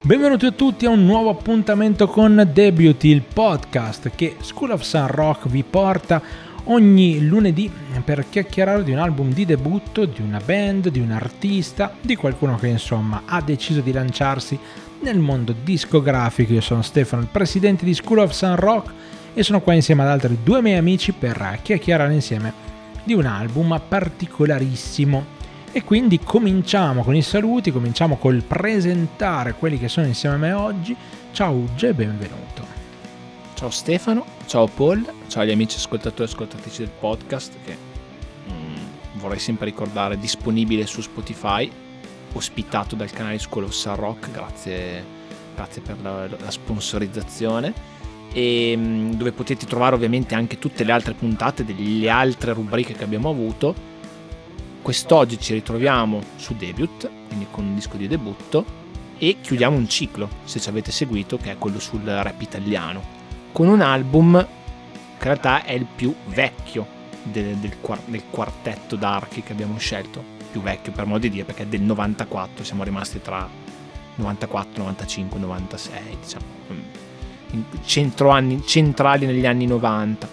Benvenuti a tutti a un nuovo appuntamento con Debut, il podcast che School of Sun Rock vi porta ogni lunedì per chiacchierare di un album di debutto, di una band, di un artista, di qualcuno che insomma ha deciso di lanciarsi nel mondo discografico. Io sono Stefano, il presidente di School of Sun Rock, e sono qua insieme ad altri due miei amici per chiacchierare insieme di un album particolarissimo. E quindi cominciamo con i saluti, cominciamo col presentare quelli che sono insieme a me oggi. Ciao Uge, benvenuto. Ciao Stefano, ciao Paul, ciao agli amici ascoltatori e ascoltatrici del podcast che vorrei sempre ricordare disponibile su Spotify, ospitato dal canale School of Sun Rock, grazie per la sponsorizzazione, e dove potete trovare ovviamente anche tutte le altre puntate delle altre rubriche che abbiamo avuto. Quest'oggi ci ritroviamo su Debut, quindi con un disco di debutto, e chiudiamo un ciclo, se ci avete seguito, che è quello sul rap italiano, con un album che in realtà è il più vecchio del quartetto d'archi che abbiamo scelto, più vecchio per modo di dire, perché è del 94, siamo rimasti tra 94, 95, 96, diciamo, centrali negli anni 90,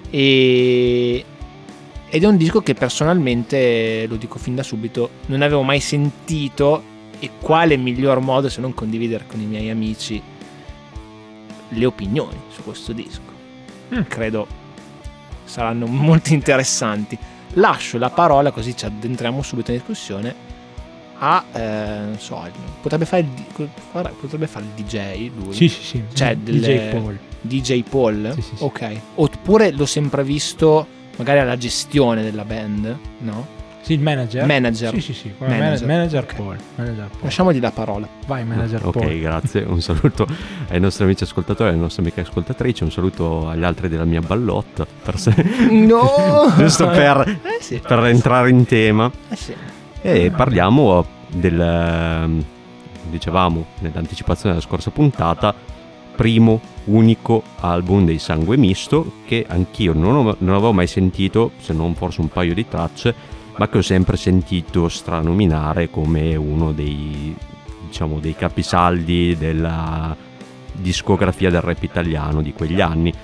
ed è un disco che personalmente, lo dico fin da subito, non avevo mai sentito, e quale miglior modo se non condividere con i miei amici le opinioni su questo disco. Credo saranno molto interessanti. Lascio la parola, così ci addentriamo subito in discussione, a potrebbe fare il DJ lui? Sì. Cioè DJ Paul? Sì. Ok. Oppure l'ho sempre visto magari alla gestione della band, no? Sì, il manager. Sì. Manager Okay. Paul. Lasciamogli la parola. Vai, manager Ok, Paul. grazie. Un saluto ai nostri amici ascoltatori, alle nostre amiche ascoltatrici, un saluto agli altri della mia ballotta. No! Giusto per entrare in tema. Sì. E parliamo dicevamo nell'anticipazione della scorsa puntata, primo unico album dei Sangue Misto, che anch'io non avevo mai sentito, se non forse un paio di tracce, ma che ho sempre sentito stranominare come uno dei capisaldi della discografia del rap italiano di quegli anni.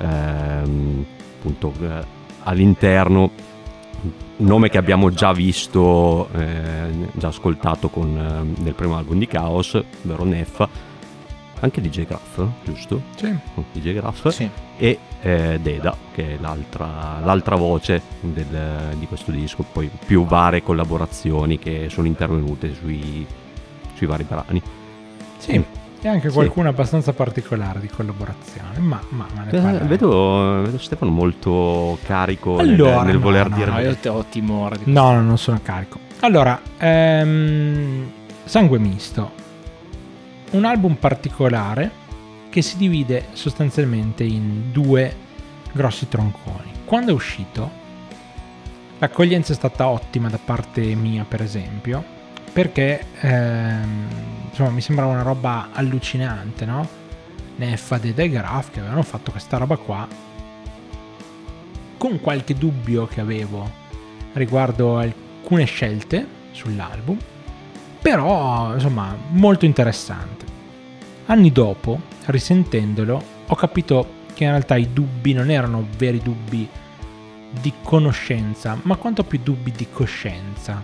All'interno, un nome che abbiamo già visto, già ascoltato nel primo album di Chaos, ovvero Neffa, anche DJ Graff, giusto? Sì. DJ Graff, Sì. e Deda, che è l'altra voce di questo disco, poi più varie collaborazioni che sono intervenute sui vari brani. Sì. E anche qualcuno abbastanza particolare di collaborazione, ma ne parliamo. Vedo Stefano molto carico Allora, nel voler dire. No, io ho timore di No, non sono carico. Allora, Sangue Misto, un album particolare che si divide sostanzialmente in due grossi tronconi. Quando è uscito, l'accoglienza è stata ottima da parte mia, per esempio, perché mi sembrava una roba allucinante, no? Neffa, Deda e Graf che avevano fatto questa roba qua, con qualche dubbio che avevo riguardo alcune scelte sull'album, però insomma molto interessante. Anni dopo, risentendolo, ho capito che in realtà i dubbi non erano veri dubbi di conoscenza, ma quanto più dubbi di coscienza.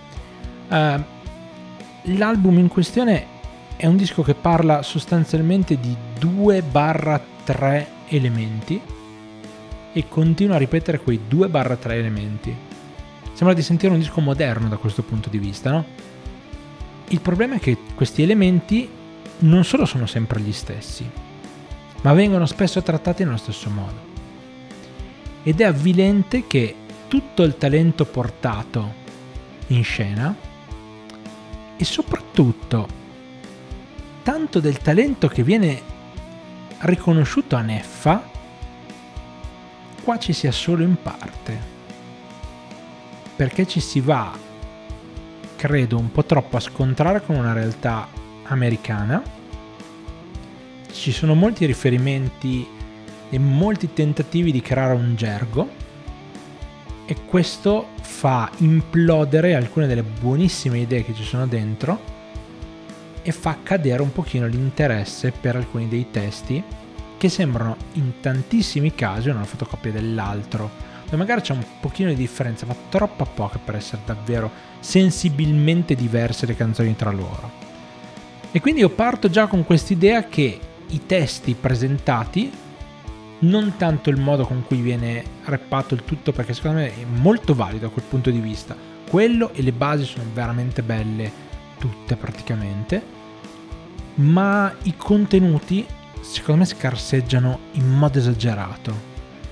L'album in questione è un disco che parla sostanzialmente di 2-3 elementi e continua a ripetere quei 2-3 elementi. Sembra di sentire un disco moderno da questo punto di vista, no? Il problema è che questi elementi non solo sono sempre gli stessi, ma vengono spesso trattati nello stesso modo. Ed è avvilente che tutto il talento portato in scena, e soprattutto tanto del talento che viene riconosciuto a Neffa, qua ci sia solo in parte, perché ci si va, credo, un po' troppo a scontrare con una realtà americana. Ci sono molti riferimenti e molti tentativi di creare un gergo, e questo fa implodere alcune delle buonissime idee che ci sono dentro e fa cadere un pochino l'interesse per alcuni dei testi che sembrano in tantissimi casi una fotocopia dell'altro, dove magari c'è un pochino di differenza, ma troppa poca per essere davvero sensibilmente diverse le canzoni tra loro. E quindi io parto già con quest'idea che i testi presentati, non tanto il modo con cui viene rappato il tutto, perché secondo me è molto valido da quel punto di vista, quello e le basi sono veramente belle tutte praticamente, ma i contenuti secondo me scarseggiano in modo esagerato.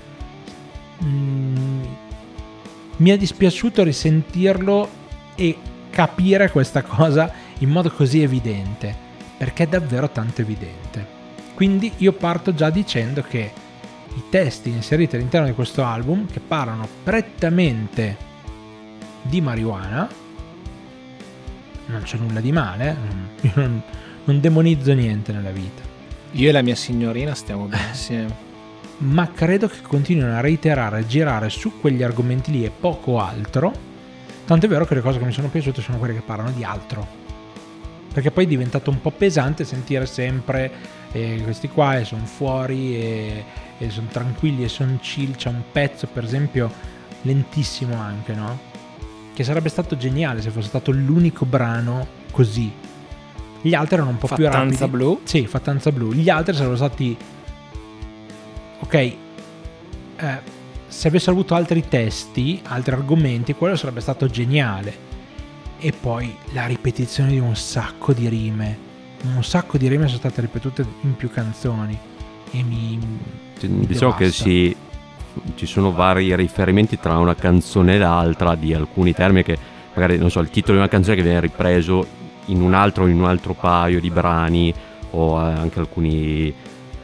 Mi è dispiaciuto risentirlo e capire questa cosa in modo così evidente, perché è davvero tanto evidente. Quindi io parto già dicendo che i testi inseriti all'interno di questo album, che parlano prettamente di marijuana, non c'è nulla di male, io non demonizzo niente nella vita. Io e la mia signorina stiamo bene insieme. Ma credo che continuino a reiterare, a girare su quegli argomenti lì e poco altro. Tanto è vero che le cose che mi sono piaciute sono quelle che parlano di altro, perché poi è diventato un po' pesante sentire sempre questi qua e sono fuori e sono tranquilli e sono chill. C'è un pezzo per esempio lentissimo anche, no? Che sarebbe stato geniale se fosse stato l'unico brano così. Gli altri erano un po' più rapidi. Fattanza blu? Sì, Fattanza blu. Gli altri sarebbero stati ok, se avessero avuto altri testi, altri argomenti, quello sarebbe stato geniale. E poi la ripetizione di un sacco di rime sono state ripetute in più canzoni e mi diciamo che ci sono vari riferimenti tra una canzone e l'altra di alcuni termini che magari, non so, il titolo di una canzone che viene ripreso in un altro paio di brani, o anche alcuni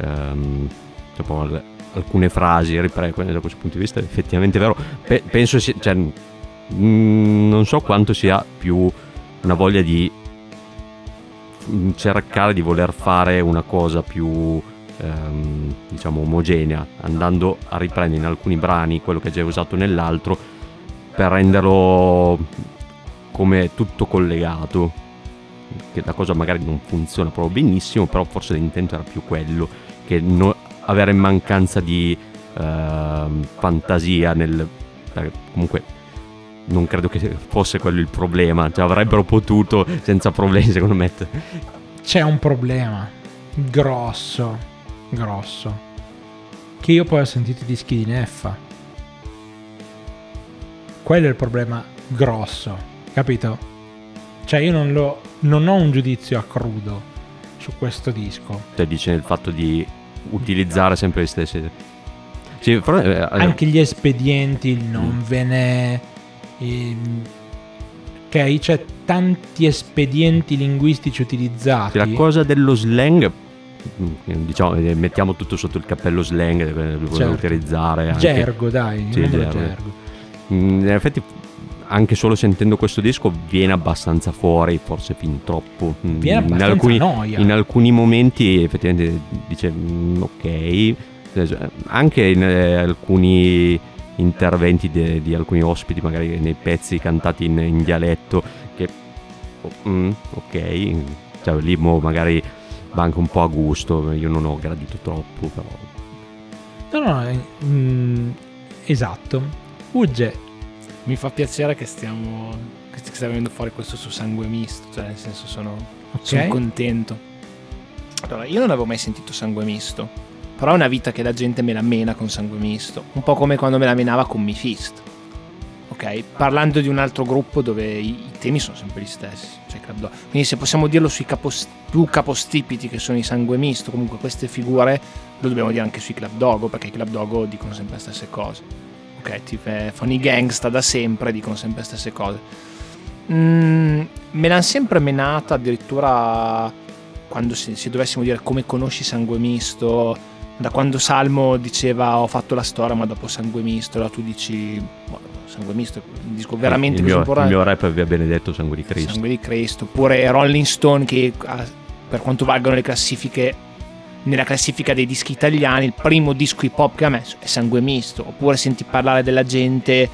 alcune frasi riprese. Da questo punto di vista è effettivamente vero. Penso non so quanto sia più una voglia di cercare di voler fare una cosa più diciamo omogenea, andando a riprendere in alcuni brani quello che è già usato nell'altro per renderlo come tutto collegato, che la cosa magari non funziona proprio benissimo, però forse l'intento era più quello, che avere mancanza di fantasia comunque non credo che fosse quello il problema, cioè avrebbero potuto senza problemi, secondo me. C'è un problema grosso che io poi ho sentito i dischi di Neffa. Quello è il problema grosso, capito? Cioè io non ho un giudizio a crudo su questo disco. Cioè dice il fatto di utilizzare sempre le stesse, sì, anche gli espedienti, il non ve ne ok, c'è tanti espedienti linguistici utilizzati. La cosa dello slang, diciamo, mettiamo tutto sotto il cappello slang, certo, utilizzare anche gergo, dai, sì, gergo. In effetti anche solo sentendo questo disco viene abbastanza fuori, forse fin troppo, viene abbastanza noia in alcuni momenti effettivamente dice ok, anche in alcuni interventi di alcuni ospiti, magari nei pezzi cantati in dialetto, che ok, cioè lì magari va anche un po' a gusto. Io non ho gradito troppo, però esatto. Ugge, mi fa piacere che stia venendo fuori questo su Sangue Misto, cioè nel senso sono contento. Allora, io non avevo mai sentito Sangue Misto, però è una vita che la gente me la mena con Sangue Misto, un po' come quando me la menava con Mi Fist, ok? Parlando di un altro gruppo dove i temi sono sempre gli stessi, cioè Club Dogo. Quindi se possiamo dirlo sui più capostipiti che sono i Sangue Misto, comunque queste figure lo dobbiamo dire anche sui Club Dogo, perché i Club Dogo dicono sempre le stesse cose, ok? Tipo, fanno i gangsta da sempre, dicono sempre le stesse cose. Me l'hanno sempre menata, addirittura quando se dovessimo dire come conosci Sangue Misto, da quando Salmo diceva ho fatto la storia ma dopo Sangue Misto, là tu dici Sangue Misto è un disco veramente il mio rap aveva benedetto Sangue di Cristo. Sangue di Cristo, oppure Rolling Stone, che per quanto valgono le classifiche, nella classifica dei dischi italiani il primo disco hip hop che ha messo è Sangue Misto. Oppure senti parlare della gente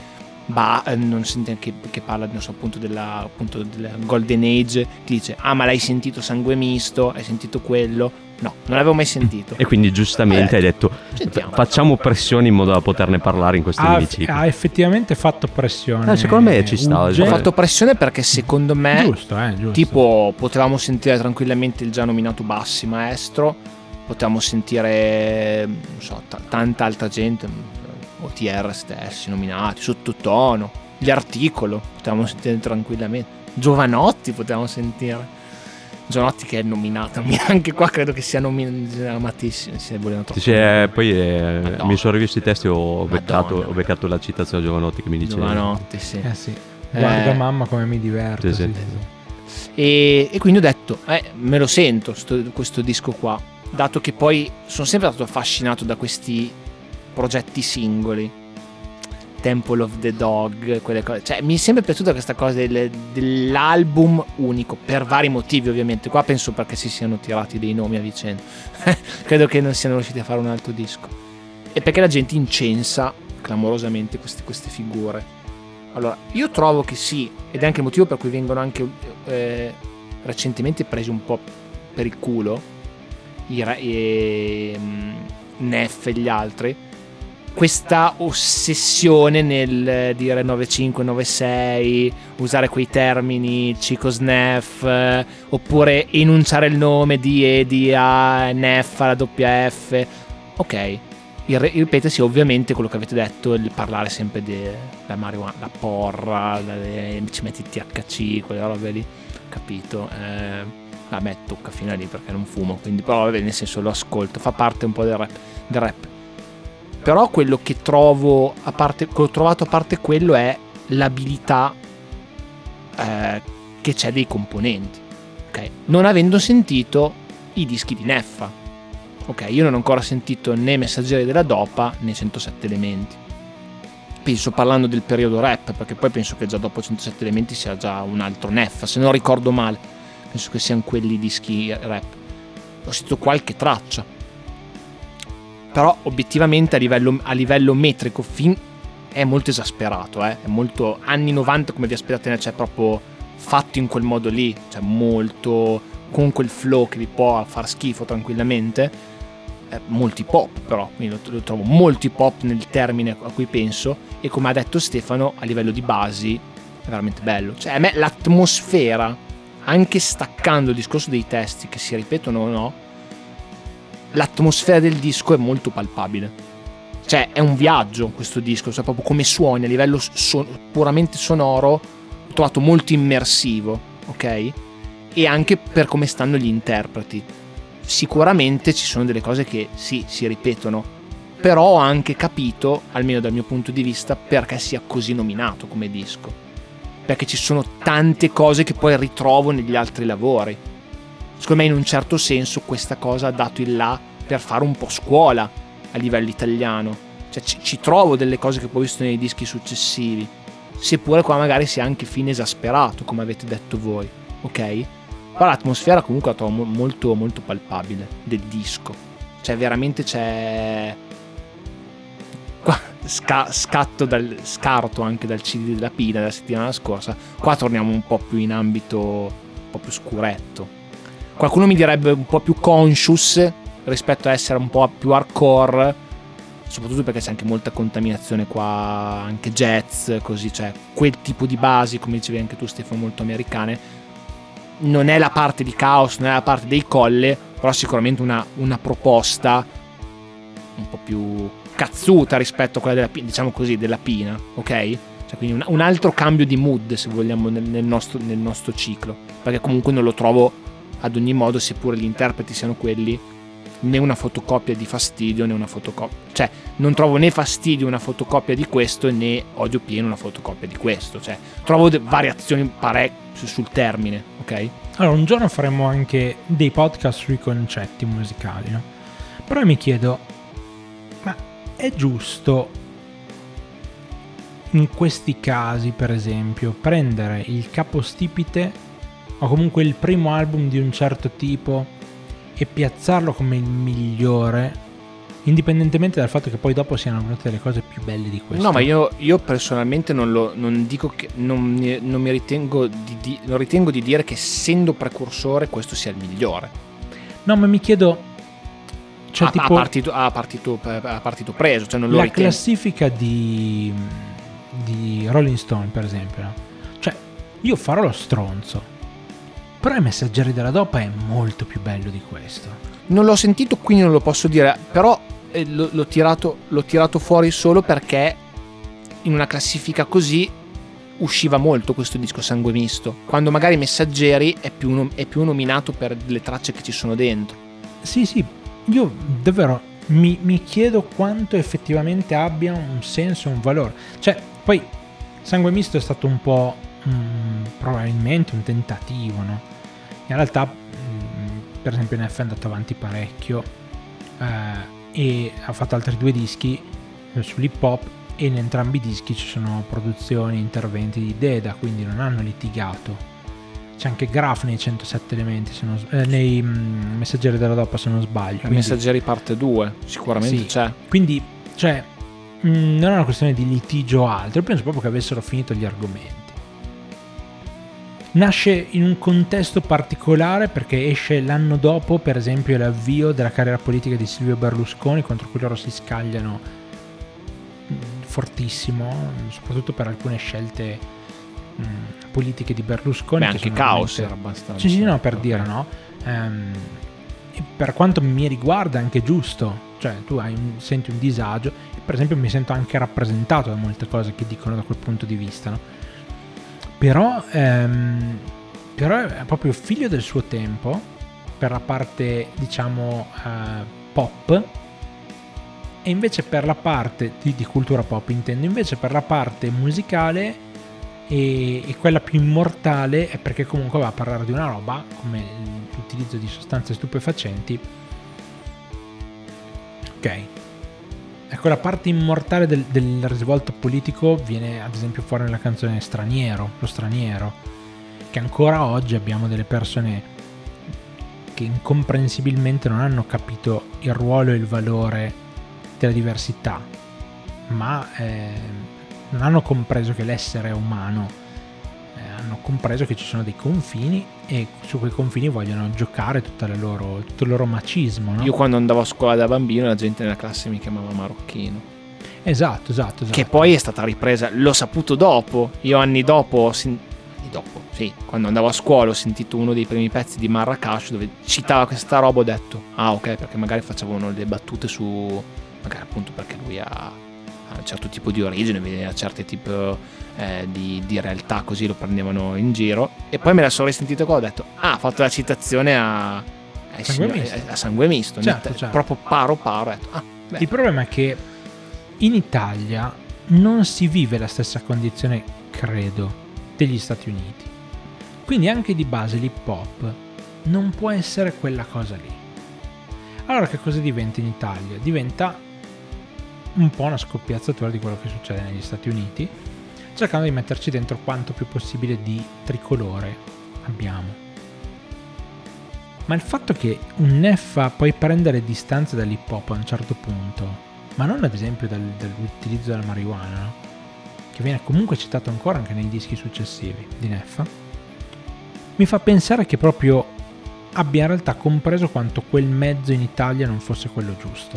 non sente che parla, non so, appunto della Golden Age, ti dice ma l'hai sentito Sangue Misto, hai sentito quello? No, non l'avevo mai sentito. E quindi giustamente hai detto facciamo pressione in modo da poterne parlare in questo emiciclo. Ha effettivamente fatto pressione. Secondo me ci sta. Ho fatto pressione perché secondo me giusto. Tipo potevamo sentire tranquillamente il già nominato Bassi Maestro, potevamo sentire non so, tanta altra gente, OTR stessi nominati, Sottotono, gli Articolo potevamo sentire tranquillamente, Giovanotti potevamo sentire. Giovanotti che è nominato, anche qua credo che sia amatissimo, si vogliono troppo. Poi mi sono rivisto i testi, ho beccato la citazione a Giovanotti che mi dice Giovanotti, sì. Sì. Guarda mamma come mi diverto. Sì. E quindi ho detto me lo sento questo disco qua, dato che poi sono sempre stato affascinato da questi progetti singoli, Temple of the Dog, quelle cose, cioè mi è sempre piaciuta questa cosa dell'album unico, per vari motivi ovviamente. Qua penso perché si siano tirati dei nomi a vicenda credo che non siano riusciti a fare un altro disco, e perché la gente incensa clamorosamente queste figure. Allora io trovo che sì, ed è anche il motivo per cui vengono anche recentemente presi un po' per il culo Neff e gli altri, questa ossessione nel dire 95, 96, usare quei termini Chico's Neff, oppure enunciare il nome di Eddie a Neff alla doppia F. Ok, il ripetersi ovviamente quello che avete detto, il parlare sempre della marijuana, la porra, ci metti il THC, quelle robe lì, capito? A me tocca fino a lì perché non fumo, quindi però nel senso lo ascolto, fa parte un po' del rap. Però quello che trovo che ho trovato a parte quello è l'abilità che c'è dei componenti, ok? Non avendo sentito i dischi di Neffa, ok? Io non ho ancora sentito né Messaggeri della Dopa né 107 Elementi. Penso, parlando del periodo rap, perché poi penso che già dopo 107 Elementi sia già un altro Neffa, se non ricordo male, penso che siano quelli dischi rap. Ho sentito qualche traccia, però obiettivamente a livello metrico è molto esasperato, è molto anni 90 come vi aspettate, cioè proprio fatto in quel modo lì, cioè molto con quel flow che vi può far schifo tranquillamente, molti pop, però quindi lo trovo molti pop nel termine a cui penso, e come ha detto Stefano a livello di basi è veramente bello, cioè a me l'atmosfera, anche staccando il discorso dei testi che si ripetono o no, l'atmosfera del disco è molto palpabile, cioè è un viaggio questo disco, cioè proprio come suoni a livello puramente sonoro l'ho trovato molto immersivo, ok? E anche per come stanno gli interpreti, sicuramente ci sono delle cose che sì, si ripetono, però ho anche capito, almeno dal mio punto di vista, perché sia così nominato come disco, perché ci sono tante cose che poi ritrovo negli altri lavori. Secondo me in un certo senso questa cosa ha dato il là per fare un po' scuola a livello italiano, cioè ci trovo delle cose che poi ho visto nei dischi successivi, seppure qua magari sia anche fine esasperato come avete detto voi, ok? Però l'atmosfera comunque la trovo molto molto palpabile del disco, cioè veramente c'è qua scarto anche dal CD della Pina della settimana scorsa, qua torniamo un po' più in ambito un po' più scuretto. Qualcuno mi direbbe un po' più conscious rispetto a essere un po' più hardcore, soprattutto perché c'è anche molta contaminazione qua, anche jazz, così, cioè quel tipo di basi, come dicevi anche tu Stefano, molto americane. Non è la parte di Caos, non è la parte dei Colle, però sicuramente una proposta un po' più cazzuta rispetto a quella della, diciamo così, della Pina, ok? Cioè quindi un altro cambio di mood, se vogliamo, nel nostro ciclo, perché comunque non lo trovo ad ogni modo, seppure gli interpreti siano quelli, né una fotocopia di Fastidio né una fotocopia, cioè non trovo né Fastidio una fotocopia di questo né Odio Pieno una fotocopia di questo, cioè trovo variazioni parecchie sul termine, ok? Allora un giorno faremo anche dei podcast sui concetti musicali, no? Però mi chiedo, ma è giusto in questi casi, per esempio, prendere il capostipite o comunque il primo album di un certo tipo e piazzarlo come il migliore indipendentemente dal fatto che poi dopo siano venute delle cose più belle di questo. No, ma io personalmente non dico che non ritengo di dire che essendo precursore questo sia il migliore. No, ma mi chiedo, cioè, tipo, a partito preso, cioè non lo la ritengo. classifica di Rolling Stone, per esempio, no? Cioè, io farò lo stronzo, però I Messaggeri della Dopa è molto più bello di questo. Non l'ho sentito, quindi non lo posso dire, però l'ho tirato fuori solo perché in una classifica così usciva molto questo disco Sangue Misto, quando magari Messaggeri è più nominato per le tracce che ci sono dentro. Sì, io davvero mi chiedo quanto effettivamente abbia un senso, un valore. Cioè, poi Sangue Misto è stato un po' probabilmente un tentativo, no? In realtà, per esempio, Neff è andato avanti parecchio e ha fatto altri 2 dischi sull'hip hop, e in entrambi i dischi ci sono produzioni, interventi di Deda, quindi non hanno litigato. C'è anche Graf nei 107 elementi, nei Messaggeri della Dopa, se non sbaglio. Quindi, Messaggeri parte 2 sicuramente sì, c'è. Quindi, cioè, non è una questione di litigio o altro, io penso proprio che avessero finito gli argomenti. Nasce in un contesto particolare perché esce l'anno dopo, per esempio, l'avvio della carriera politica di Silvio Berlusconi, contro cui loro si scagliano fortissimo, soprattutto per alcune scelte politiche di Berlusconi. Beh, anche Caos era abbastanza. Sì, no, per dire, no? E per quanto mi riguarda è anche giusto, cioè tu senti un disagio, e per esempio mi sento anche rappresentato da molte cose che dicono da quel punto di vista, no? Però è proprio figlio del suo tempo per la parte, diciamo, pop, e invece per la parte di cultura pop, intendo, invece per la parte musicale e quella più immortale è perché comunque va a parlare di una roba come l'utilizzo di sostanze stupefacenti. Ok, ecco, la parte immortale del risvolto politico viene ad esempio fuori nella canzone Lo Straniero, che ancora oggi abbiamo delle persone che incomprensibilmente non hanno capito il ruolo e il valore della diversità, ma non hanno compreso che l'essere è umano, hanno compreso che ci sono dei confini e su quei confini vogliono giocare tutto il loro macismo, no? Io quando andavo a scuola da bambino la gente nella classe mi chiamava marocchino. Esatto. Che poi è stata ripresa, l'ho saputo dopo. Io anni dopo, sì, quando andavo a scuola ho sentito uno dei primi pezzi di Marracash dove citava questa roba, ho detto ok, perché magari facevano le battute su, magari appunto perché lui ha un certo tipo di origine, vedeva certi tipi di realtà, così lo prendevano in giro, e poi me la sono risentita qua, ho detto ha fatto la citazione a Sangue Misto, certo. proprio paro, ho detto beh. Il problema è che in Italia non si vive la stessa condizione, credo, degli Stati Uniti, quindi anche di base l'hip hop non può essere quella cosa lì. Allora che cosa diventa in Italia? Diventa un po' una scoppiazzatura di quello che succede negli Stati Uniti, cercando di metterci dentro quanto più possibile di tricolore abbiamo. Ma il fatto che un Neffa puoi prendere distanza dall'hip hop a un certo punto, ma non ad esempio dall'utilizzo della marijuana, no? Che viene comunque citato ancora anche nei dischi successivi di Neffa, mi fa pensare che proprio abbia in realtà compreso quanto quel mezzo in Italia non fosse quello giusto,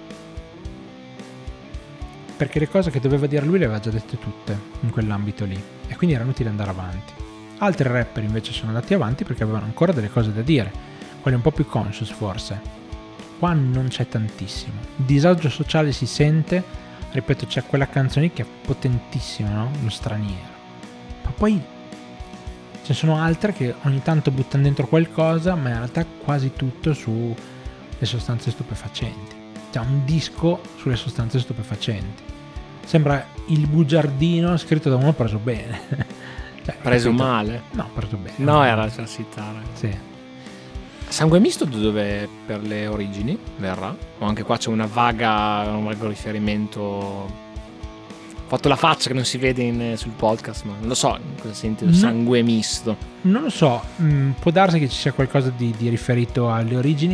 perché le cose che doveva dire lui le aveva già dette tutte in quell'ambito lì, e quindi era inutile andare avanti. Altri rapper invece sono andati avanti perché avevano ancora delle cose da dire, quelli un po' più conscious forse. Qua non c'è tantissimo, il disagio sociale si sente, ripeto, c'è quella canzone che è potentissima, no? Lo Straniero, ma poi ce ne sono altre che ogni tanto buttano dentro qualcosa, ma in realtà quasi tutto sulle sostanze stupefacenti. C'è un disco sulle sostanze stupefacenti, sembra il bugiardino scritto da uno preso bene. Cioè, preso capito? Male? No, preso bene. No, era da citare. Sì. Sangue Misto dove per le origini verrà? O anche qua c'è un vago riferimento? Ho fatto la faccia che non si vede sul podcast, ma non lo so cosa senti Sangue Misto. Non lo so, può darsi che ci sia qualcosa di riferito alle origini,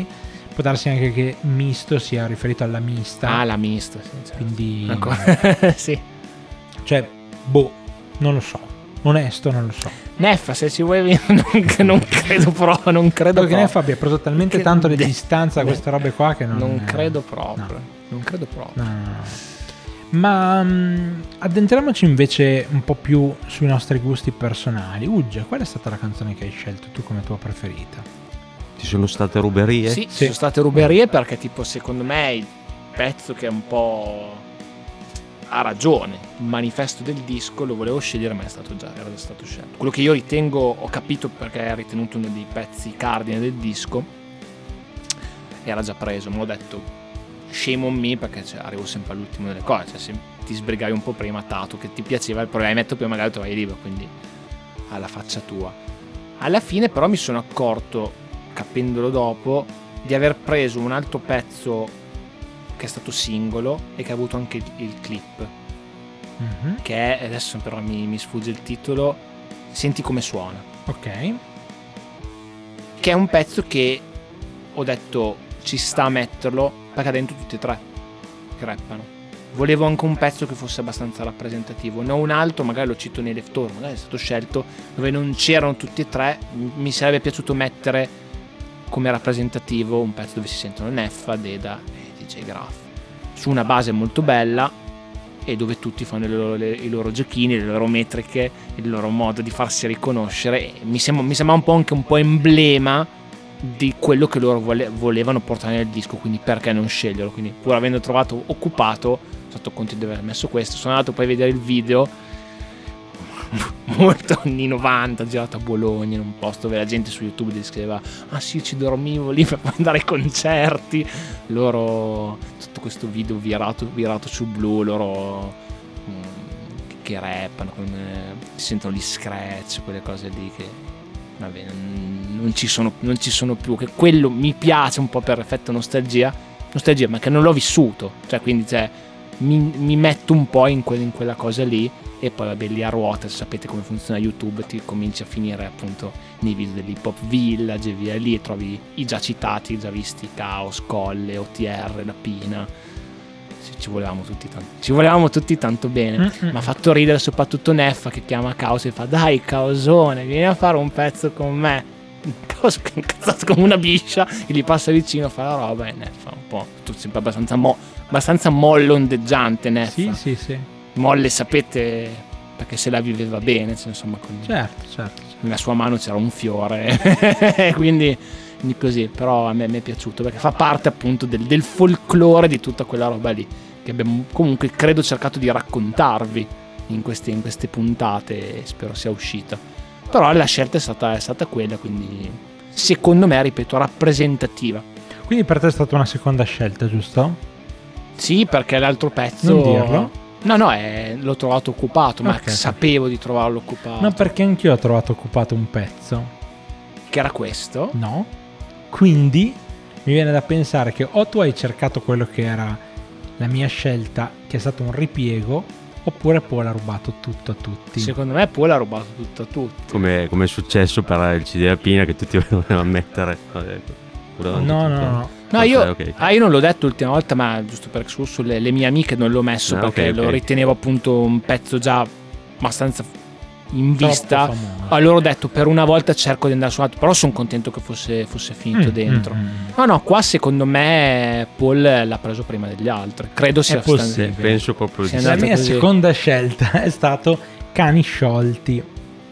Può darsi anche che misto sia riferito alla mista. La mista, sì, certo. Quindi sì. cioè, non lo so. Onesto, non lo so. Neffa, se ci vuoi non credo proprio, non credo Perché proprio. Neffa abbia preso talmente tanto di distanza a queste robe qua che non credo proprio. No. Non credo proprio. No. Ma addentriamoci invece un po' più sui nostri gusti personali. Uggia, qual è stata la canzone che hai scelto tu come tua preferita? Ci sono state ruberie? Sì, ci sono state ruberie perché tipo secondo me è il pezzo che è un po' ha ragione, il manifesto del disco lo volevo scegliere ma era già stato scelto. Quello che io ritengo, ho capito perché è ritenuto uno dei pezzi cardine del disco, era già preso, me l'ho detto shame on me perché arrivo sempre all'ultimo delle cose, cioè se ti sbrigavi un po' prima Tatu che ti piaceva il probabilmente poi magari lo trovavi libero, quindi alla faccia tua. Alla fine però mi sono accorto, capendolo dopo, di aver preso un altro pezzo che è stato singolo e che ha avuto anche il clip, che è, adesso però mi sfugge il titolo, Senti come suona, Ok. che è un pezzo che ho detto ci sta a metterlo perché ha dentro tutti e tre che rappano. Volevo anche un pezzo che fosse abbastanza rappresentativo, non un altro, magari lo cito nei leftover, magari è stato scelto dove non c'erano tutti e tre. Mi sarebbe piaciuto mettere come rappresentativo un pezzo dove si sentono Neffa, Deda e DJ Graf su una base molto bella e dove tutti fanno i loro giochini, le loro metriche, il loro modo di farsi riconoscere. Mi sembra un po' anche un po' emblema di quello che loro volevano portare nel disco, quindi perché non sceglierlo? Quindi pur avendo trovato occupato sono stato contento di aver messo questo. Sono andato poi a vedere il video molto anni 90, girato a Bologna in un posto dove la gente su YouTube scriveva sì, ci dormivo lì per andare ai concerti, loro tutto questo video virato su Blu, loro che rappano, si sentono gli scratch, quelle cose lì che vabbè, non ci sono più, che quello mi piace un po' per effetto nostalgia, ma che non l'ho vissuto, cioè quindi mi metto un po' in quella cosa lì. E poi vabbè, lì a ruota, sapete come funziona YouTube, ti cominci a finire appunto nei video dell'Hip Hop Village e via lì, e trovi i già citati, già visti, Caos, Colle, OTR, La Pina. Ci volevamo tutti tanto bene. Mi ha fatto ridere soprattutto Neffa che chiama Caos e fa dai Caosone, vieni a fare un pezzo con me. Caos incazzato come una biscia, e gli passa vicino, fa la roba e Neffa un po', tutto sempre abbastanza mollo, ondeggiante Neffa. Sì. Molle, sapete, perché se la viveva bene, insomma, Certo. nella sua mano c'era un fiore quindi così. Però a me mi è piaciuto perché fa parte appunto del folklore di tutta quella roba lì che abbiamo comunque credo cercato di raccontarvi in queste puntate, e spero sia uscita. Però la scelta è stata quella, quindi secondo me, ripeto, rappresentativa. Quindi per te è stata una seconda scelta, giusto? Sì, perché l'altro pezzo Non dirlo. No, l'ho trovato occupato, ma Okay. sapevo di trovarlo occupato. No, perché anch'io ho trovato occupato un pezzo. Che era questo? No. Quindi mi viene da pensare che o tu hai cercato quello che era la mia scelta, che è stato un ripiego, oppure Paul ha rubato tutto a tutti. Secondo me Paul ha rubato tutto a tutti. Come è successo per il CD Alpina che tutti volevano mettere. No. No, io Okay. io non l'ho detto l'ultima volta, ma giusto per sulle le mie amiche non l'ho messo perché ok. lo ritenevo appunto un pezzo già abbastanza in vista. Troppo famoso. Allora ho detto per una volta cerco di andare su altro, però sono contento che fosse finito dentro. No, qua secondo me Paul l'ha preso prima degli altri. Credo sia possibile. Penso proprio Sì, di è La andato mia così. seconda scelta è stato Cani Sciolti.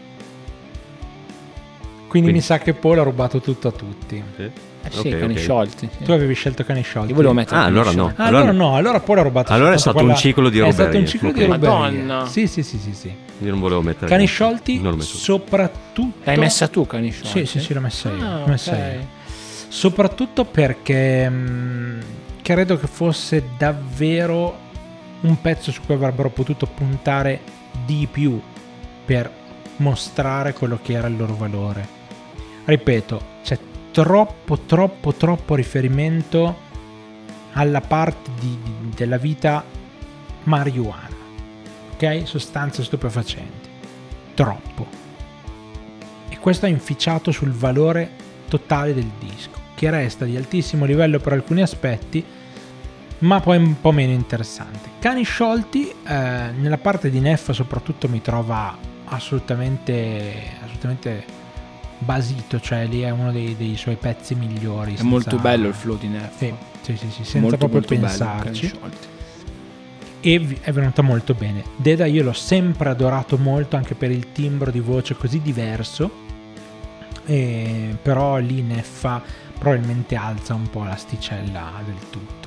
Quindi mi sa che Paul ha rubato tutto a tutti. Sì, Ok, Cani ok. Sciolti. Sì. Tu avevi scelto Cani Sciolti. Io volevo mettere Cani allora no. Sciolti. Allora no, allora Paul ha rubato. Allora è soltanto stato un ciclo di È stato ruberie. un ciclo di Ok. ruberie. Madonna. Sì. Io non volevo mettere Cani Sciolti, Non l'ho messo. soprattutto. L'hai messa tu Cani Sciolti? Sì, l'ho messa io. Ah, l'ho messa ok. io. Soprattutto perché credo che fosse davvero un pezzo su cui avrebbero potuto puntare di più per mostrare quello che era il loro valore. Ripeto, c'è troppo riferimento alla parte della vita marijuana, ok? Sostanze stupefacenti, troppo. E questo ha inficiato sul valore totale del disco, che resta di altissimo livello per alcuni aspetti, ma poi un po' meno interessante. Cani sciolti, nella parte di Neffa soprattutto, mi trova assolutamente basito, cioè lì è uno dei suoi pezzi migliori. È molto bello il flow di Neffa. Sì, senza proprio pensarci. E è venuta molto bene. Deda io l'ho sempre adorato molto, anche per il timbro di voce così diverso, però lì Neffa probabilmente alza un po' l'asticella del tutto.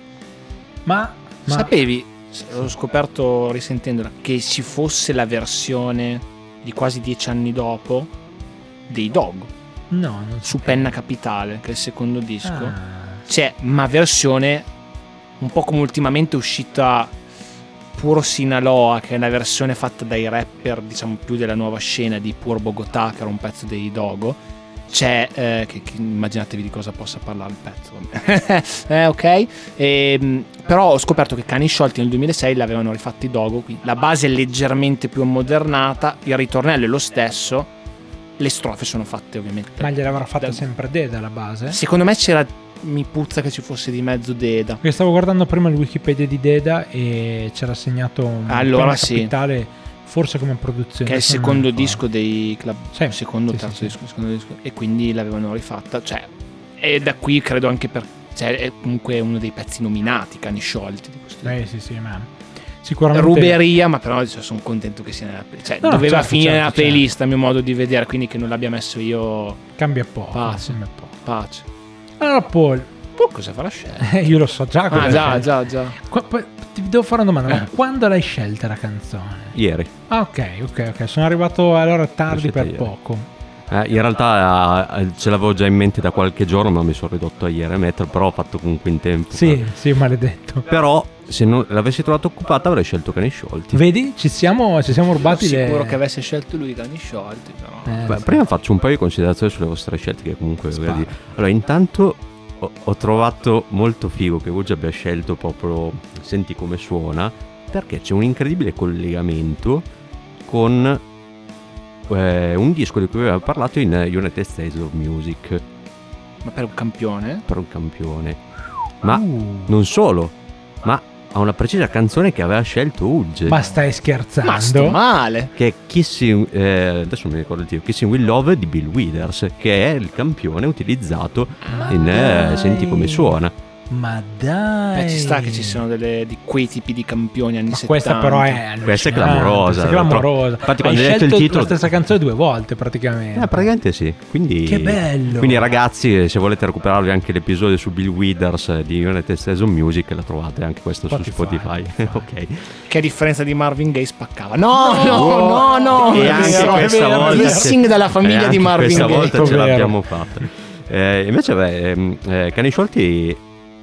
Ma sapevi, l'ho scoperto risentendola, che ci fosse la versione di quasi 10 anni dopo dei Dog? No, non su Penna Capitale, che è il secondo disco. C'è una versione un po' come ultimamente è uscita Puro Sinaloa, che è una versione fatta dai rapper, diciamo più della nuova scena, di Pur Bogotà, che era un pezzo dei Dogo. C'è che immaginatevi di cosa possa parlare il pezzo. Ok. Però ho scoperto che Cani Sciolti nel 2006 l'avevano rifatti Dogo, quindi la base è leggermente più ammodernata, il ritornello è lo stesso, le strofe sono fatte ovviamente. Ma gliel'avrà fatta sempre Deda la base? Secondo me mi puzza che ci fosse di mezzo Deda. Perché stavo guardando prima il Wikipedia di Deda e c'era segnato un Penna Capitale, forse come produzione, che è il secondo disco dei Club, terzo disco, secondo disco, e quindi l'avevano rifatta, cioè, e da qui credo anche cioè, è comunque uno dei pezzi nominati, Cani Sciolti di questo sì, ma sicuramente ruberia, ma però sono contento che sia nella doveva finire nella playlist a mio modo di vedere, quindi che non l'abbia messo io cambia poco. Pace. Allora Paul cosa farà scelta? Io lo so già già. Ti devo fare una domanda, ma quando l'hai scelta la canzone? Ieri. Ok, sono arrivato allora tardi per ieri. poco. In realtà ce l'avevo già in mente da qualche giorno, ma mi sono ridotto a ieri a mettere, però ho fatto comunque in tempo. Sì, maledetto. Però se non l'avessi trovato occupata avrei scelto Cani Sciolti. Vedi? Ci siamo rubati sono sicuro che avesse scelto lui Cani Sciolti, però. Prima faccio un paio di considerazioni sulle vostre scelte, che comunque allora, intanto ho trovato molto figo che Ugi abbia scelto proprio Senti come suona, perché c'è un incredibile collegamento con un disco di cui aveva parlato in United States of Music. Ma per un campione? Per un campione. Ma non solo, ma ha una precisa canzone che aveva scelto Uge. Ma stai scherzando? Ma sto male. Che è Kissing, adesso non mi ricordo il titolo, Kissing with Love di Bill Withers, che è il campione utilizzato in Senti come suona. Ma dai, ci sta che ci sono di quei tipi di campioni anni 70. Questa però è clamorosa. Infatti, quando hai detto il titolo, la stessa canzone 2 volte praticamente. Praticamente sì. Quindi, che bello. Quindi ragazzi, se volete recuperarvi anche l'episodio su Bill Withers di United States of Music, la trovate anche questo su Spotify. Ok. Che a differenza di Marvin Gaye spaccava. No. E anche questa volta missing dalla famiglia di Marvin Gaye. Questa volta ce l'abbiamo fatta. Invece Cani Sciolti,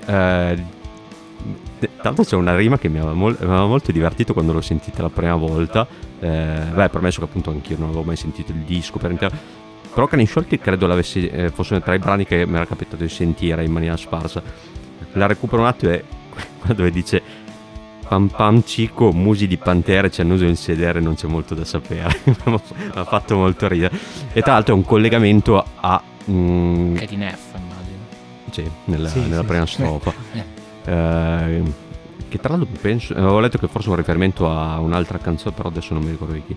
tanto c'è una rima che mi aveva molto divertito quando l'ho sentita la prima volta. Premesso che appunto anch'io non avevo mai sentito il disco per intero, però Cani Sciolti credo fosse tra i brani che mi era capitato di sentire in maniera sparsa. La recupero un attimo, è dove dice: pam pam cico, musi di pantere, ci annuso in sedere, non c'è molto da sapere. Mi ha fatto molto ridere. E tra l'altro è un collegamento a che è di Neffa, immagino. Sì, nella prima strofa. Che tra l'altro penso, avevo letto che forse un riferimento a un'altra canzone, però adesso non mi ricordo di chi.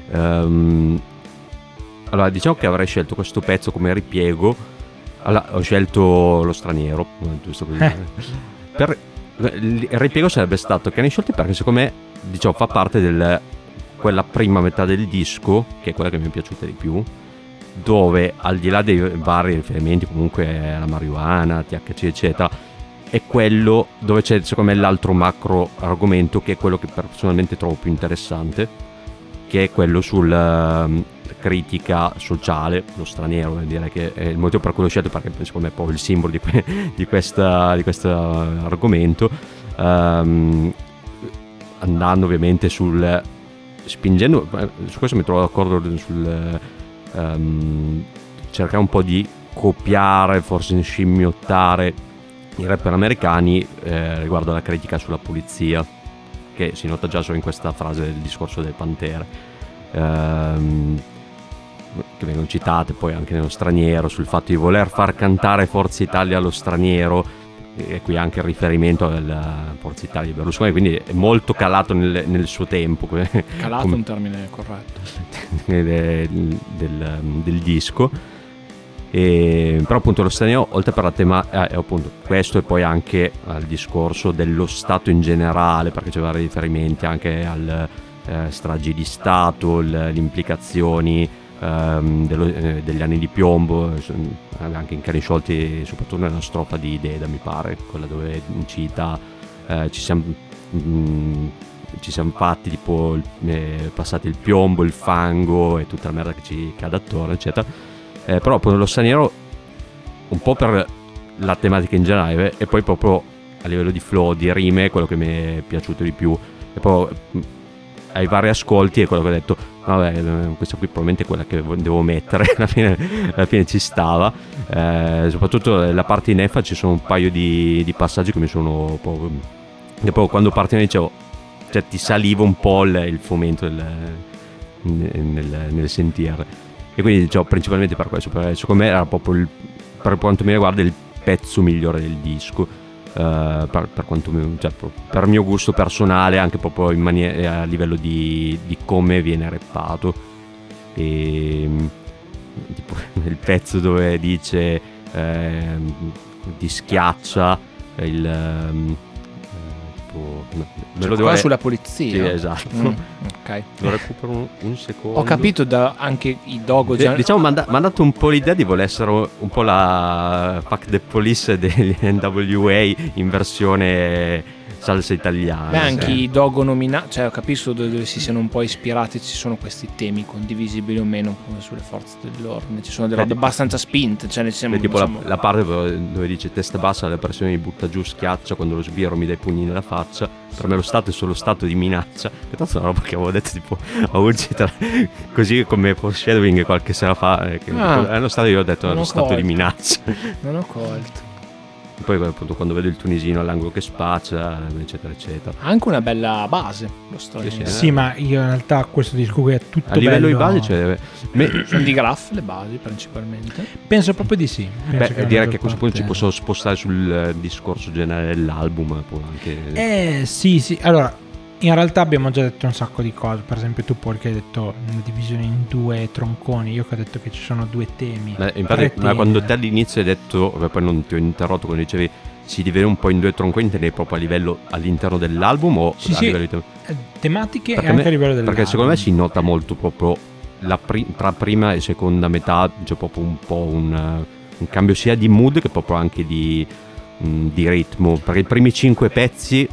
Allora, diciamo che avrei scelto questo pezzo come ripiego. Allora, ho scelto Lo Straniero, giusto così. Il ripiego sarebbe stato Cani Sciolti, perché secondo me, diciamo, fa parte quella prima metà del disco, che è quella che mi è piaciuta di più, dove al di là dei vari riferimenti comunque alla marijuana, THC eccetera, è quello dove c'è secondo me l'altro macro argomento, che è quello che personalmente trovo più interessante, che è quello sul critica sociale. Lo straniero, direi che è il motivo per cui l'ho scelto, perché secondo me è proprio il simbolo di questo argomento, andando ovviamente spingendo su questo mi trovo d'accordo sul cercare un po' di copiare, forse scimmiottare i rapper americani riguardo alla critica sulla polizia, che si nota già solo in questa frase del discorso delle pantere. che vengono citate poi anche nello straniero, sul fatto di voler far cantare Forza Italia allo straniero, e qui anche il riferimento alla Forza Italia di Berlusconi, quindi è molto calato nel suo tempo. Calato è un termine corretto. del disco. Però appunto lo straniero, oltre per la tema è appunto questo, e poi anche al discorso dello Stato in generale, perché c'è vari riferimenti anche al stragi di Stato, le implicazioni degli anni di piombo, anche in Cani sciolti, soprattutto nella strofa di Deda, mi pare, quella dove cita ci siamo fatti tipo passati il piombo, il fango e tutta la merda che ci cade attorno, eccetera. Però appunto lo straniero, un po' per la tematica in generale, e poi proprio a livello di flow, di rime, quello che mi è piaciuto di più. E poi ai vari ascolti è quello che ho detto, vabbè, questa qui probabilmente è quella che devo mettere. alla fine ci stava, soprattutto la parte in F ci sono un paio di passaggi che mi sono che poi quando partono dicevo, cioè ti saliva un po' il fomento nel sentire, e quindi diciamo principalmente per questo, perché secondo me era proprio per quanto mi riguarda il pezzo migliore del disco. Per quanto per mio gusto personale, anche proprio a livello di come viene rappato, e tipo il pezzo dove dice ti schiaccia il me lo devo sulla polizia. Sì, esatto. Ok, lo recupero un secondo. Ho capito, da anche i Dogo diciamo mi ha dato un po' l'idea di voler essere un po' la Fuck the Police degli NWA in versione salsa italiana. Beh, anche i Dogo nominati, cioè capisco dove si siano un po' ispirati, ci sono questi temi condivisibili o meno come sulle forze dell'ordine, ci sono delle robe abbastanza spinte, cioè nel senso, tipo la parte dove dice testa bassa, la pressione mi butta giù, schiaccia, quando lo sbirro mi dai pugni nella faccia, per me lo Stato è solo stato di minaccia, che tanto è una roba che avevo detto tipo a Urgita, così come foreshadowing qualche sera fa, che lo Stato, io ho detto è lo stato di minaccia. Non ho colto. Poi appunto quando vedo il tunisino all'angolo che spaccia, eccetera eccetera. Ha anche una bella base lo straniero. Sì, ma io in realtà questo disco qui è tutto a livello bello. di base, cioè, sono di Graf le basi principalmente. Penso proprio di sì. Direi che a questo punto ci posso spostare sul discorso generale dell'album anche. Sì, allora in realtà abbiamo già detto un sacco di cose. Per esempio tu, Paul, che hai detto una divisione in due tronconi, io che ho detto che ci sono due temi. Infatti, quando te all'inizio hai detto, poi non ti ho interrotto quando dicevi si divide un po' in due tronconi, intendi proprio a livello all'interno dell'album o a livello di tematiche, perché e anche a livello dell'album? Perché secondo me si nota molto proprio tra prima e seconda metà, c'è proprio un po' un cambio sia di mood che proprio anche di ritmo. Per i primi 5 pezzi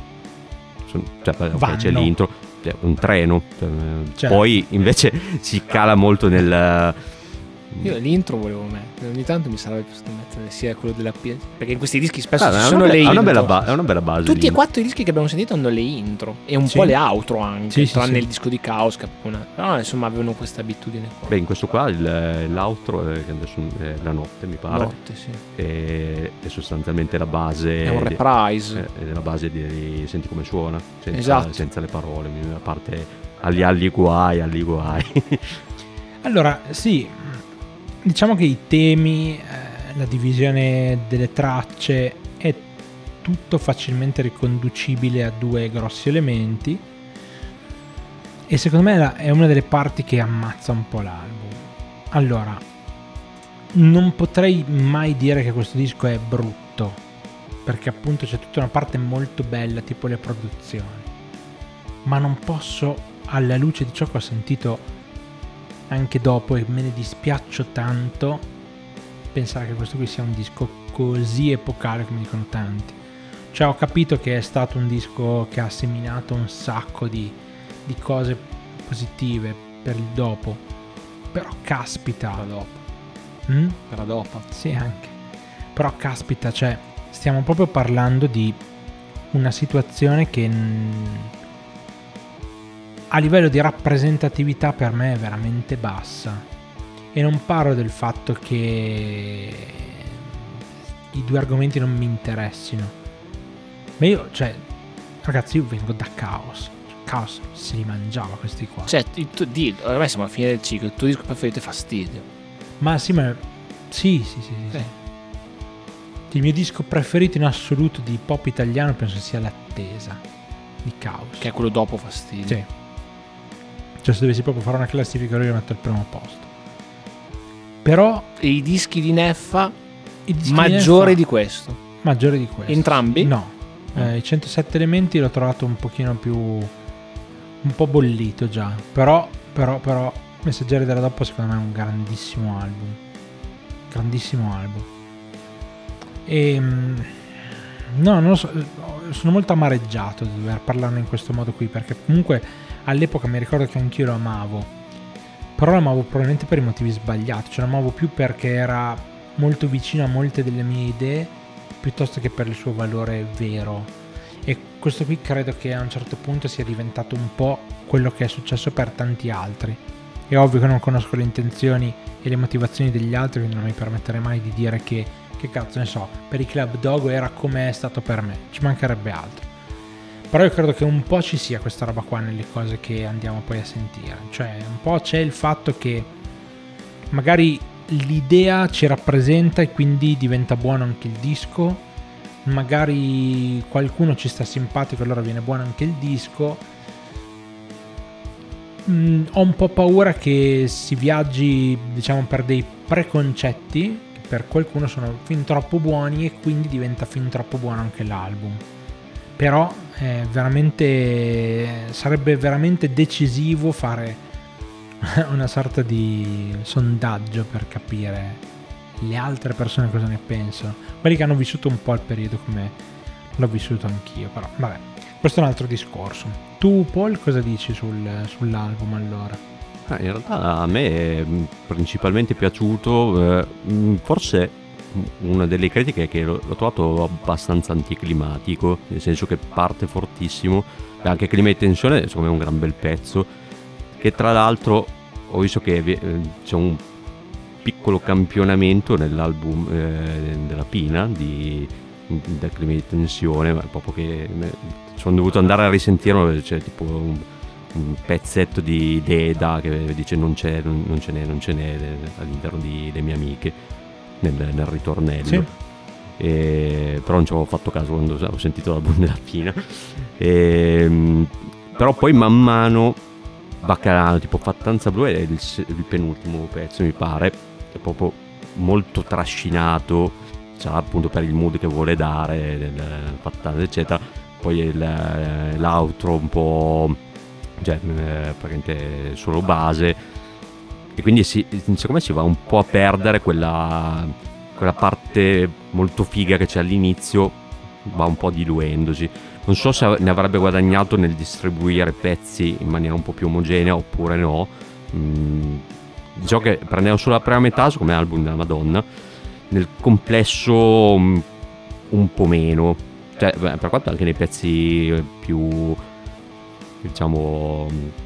c'è l'intro, un treno, certo. Poi invece si cala molto nel. Io l'intro volevo mettere, ogni tanto mi sarebbe piaciuto mettere sia quello della perché in questi dischi spesso ci sono le intro. È una bella base. Tutti e 4 i dischi che abbiamo sentito hanno le intro e un po' le outro anche, tranne il disco di Caos, però insomma avevano questa abitudine qua. Beh, in questo qua l'outro che adesso è la notte, mi pare. Notte, sì. È sostanzialmente la base. È un reprise. È la base di senti come suona, esatto. Senza le parole, a parte agli guai. Allora, sì, diciamo che i temi, la divisione delle tracce è tutto facilmente riconducibile a due grossi elementi, e secondo me è una delle parti che ammazza un po' l'album. Allora, non potrei mai dire che questo disco è brutto, perché appunto c'è tutta una parte molto bella, tipo le produzioni, ma non posso, alla luce di ciò che ho sentito anche dopo, e me ne dispiaccio tanto, pensare che questo qui sia un disco così epocale come dicono tanti. Cioè, ho capito che è stato un disco che ha seminato un sacco di cose positive per il dopo, però caspita, per la dopo. Sì, anche, però caspita, cioè stiamo proprio parlando di una situazione che a livello di rappresentatività per me è veramente bassa, e non parlo del fatto che i due argomenti non mi interessino, ma io, cioè ragazzi, io vengo da Caos Chaos se li mangiava questi qua. Cioè, ormai siamo alla fine del ciclo, il tuo disco preferito è Fastidio. Ma sì, ma sì. Il mio disco preferito in assoluto di pop italiano penso sia L'Attesa di Chaos, che è quello dopo Fastidio. Sì. Cioè, se dovessi proprio fare una classifica, io lo metto al primo posto. Però E i dischi di Neffa i dischi maggiori di di questo? maggiori di questo. Entrambi? No. I 107 elementi l'ho trovato un pochino più, un po' bollito già. Però Messaggeri della Dopo secondo me è un grandissimo album. E no, non lo so, sono molto amareggiato di dover parlarne in questo modo qui, perché comunque all'epoca mi ricordo che anch'io lo amavo, però lo amavo probabilmente per i motivi sbagliati, cioè lo amavo più perché era molto vicino a molte delle mie idee piuttosto che per il suo valore vero. E questo qui credo che a un certo punto sia diventato un po' quello che è successo per tanti altri. È ovvio che non conosco le intenzioni e le motivazioni degli altri, quindi non mi permetterei mai di dire che cazzo ne so, per i Club Dogo era come è stato per me, ci mancherebbe altro. Però io credo che un po' ci sia questa roba qua nelle cose che andiamo poi a sentire, cioè un po' c'è il fatto che magari l'idea ci rappresenta e quindi diventa buono anche il disco, magari qualcuno ci sta simpatico e allora viene buono anche il disco. Ho un po' paura che si viaggi, diciamo, per dei preconcetti che per qualcuno sono fin troppo buoni e quindi diventa fin troppo buono anche l'album. Però sarebbe veramente decisivo fare una sorta di sondaggio per capire le altre persone cosa ne pensano, quelli che hanno vissuto un po' il periodo come l'ho vissuto anch'io. Però vabbè, questo è un altro discorso. Tu, Paul, cosa dici sull'album allora? In realtà a me è principalmente piaciuto, forse una delle critiche è che l'ho trovato abbastanza anticlimatico, nel senso che parte fortissimo, anche Clima e Tensione secondo me è un gran bel pezzo, che tra l'altro ho visto che c'è un piccolo campionamento nell'album della Pina del Clima di Tensione, ma proprio che sono dovuto andare a risentirlo, c'è tipo un pezzetto di Deda che dice non ce n'è all'interno delle mie amiche nel ritornello. Sì. Però non ci avevo fatto caso quando ho sentito l'album della Pina. Però poi man mano va calando, tipo Fattanza Blu è il penultimo pezzo mi pare, è proprio molto trascinato, sarà appunto per il mood che vuole dare del Fattanza eccetera. Poi l'outro un po', cioè praticamente solo base, e quindi secondo me si va un po' a perdere quella parte molto figa che c'è all'inizio, va un po' diluendosi. Non so se ne avrebbe guadagnato nel distribuire pezzi in maniera un po' più omogenea oppure no. Diciamo che prendevo solo la prima metà come album della Madonna, nel complesso un po' meno, cioè per quanto anche nei pezzi più, diciamo,